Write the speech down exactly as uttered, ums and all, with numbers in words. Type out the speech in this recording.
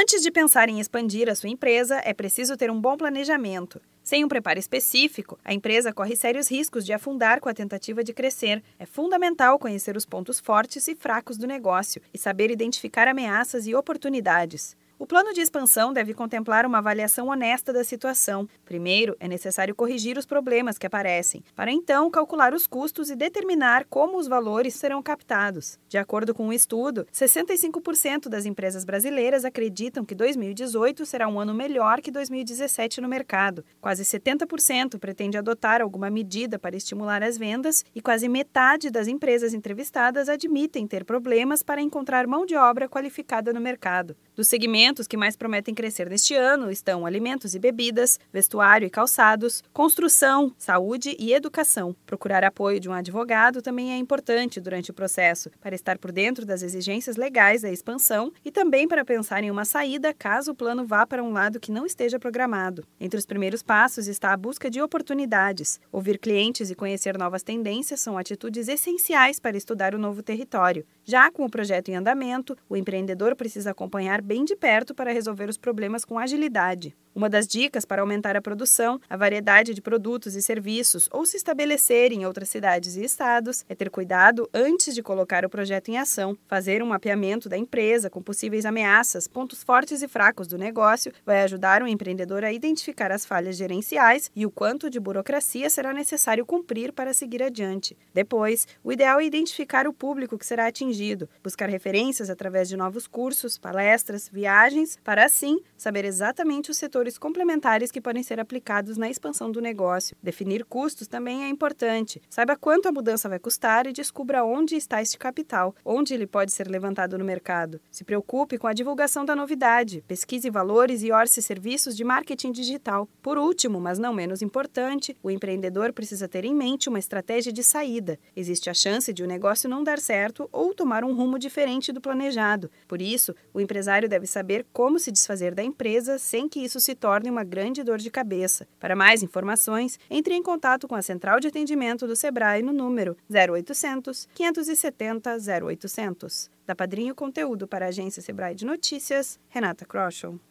Antes de pensar em expandir a sua empresa, é preciso ter um bom planejamento. Sem um preparo específico, a empresa corre sérios riscos de afundar com a tentativa de crescer. É fundamental conhecer os pontos fortes e fracos do negócio e saber identificar ameaças e oportunidades. O plano de expansão deve contemplar uma avaliação honesta da situação. Primeiro, é necessário corrigir os problemas que aparecem, para então calcular os custos e determinar como os valores serão captados. De acordo com um estudo, sessenta e cinco por cento das empresas brasileiras acreditam que dois mil e dezoito será um ano melhor que dois mil e dezessete no mercado. Quase setenta por cento pretende adotar alguma medida para estimular as vendas e quase metade das empresas entrevistadas admitem ter problemas para encontrar mão de obra qualificada no mercado. Dos segmentos que mais prometem crescer neste ano estão alimentos e bebidas, vestuário e calçados, construção, saúde e educação. Procurar apoio de um advogado também é importante durante o processo, para estar por dentro das exigências legais da expansão e também para pensar em uma saída caso o plano vá para um lado que não esteja programado. Entre os primeiros passos está a busca de oportunidades. Ouvir clientes e conhecer novas tendências são atitudes essenciais para estudar o novo território. Já com o projeto em andamento, o empreendedor precisa acompanhar bem de perto para resolver os problemas com agilidade. Uma das dicas para aumentar a produção, a variedade de produtos e serviços ou se estabelecer em outras cidades e estados é ter cuidado antes de colocar o projeto em ação. Fazer um mapeamento da empresa com possíveis ameaças, pontos fortes e fracos do negócio vai ajudar o empreendedor a identificar as falhas gerenciais e o quanto de burocracia será necessário cumprir para seguir adiante. Depois, o ideal é identificar o público que será atingido, buscar referências através de novos cursos, palestras, viagens, para assim saber exatamente os setores complementares que podem ser aplicados na expansão do negócio. Definir custos também é importante. Saiba quanto a mudança vai custar e descubra onde está este capital, onde ele pode ser levantado no mercado. Se preocupe com a divulgação da novidade, pesquise valores e orce serviços de marketing digital. Por último, mas não menos importante, o empreendedor precisa ter em mente uma estratégia de saída. Existe a chance de o negócio não dar certo ou tomar um rumo diferente do planejado. Por isso, o empresário deve saber como se desfazer da empresa sem que isso se torne uma grande dor de cabeça. Para mais informações, entre em contato com a Central de Atendimento do Sebrae no número zero oitocentos, quinhentos e setenta, zero oitocentos. Da Padrinho Conteúdo para a Agência Sebrae de Notícias, Renata Kroschel.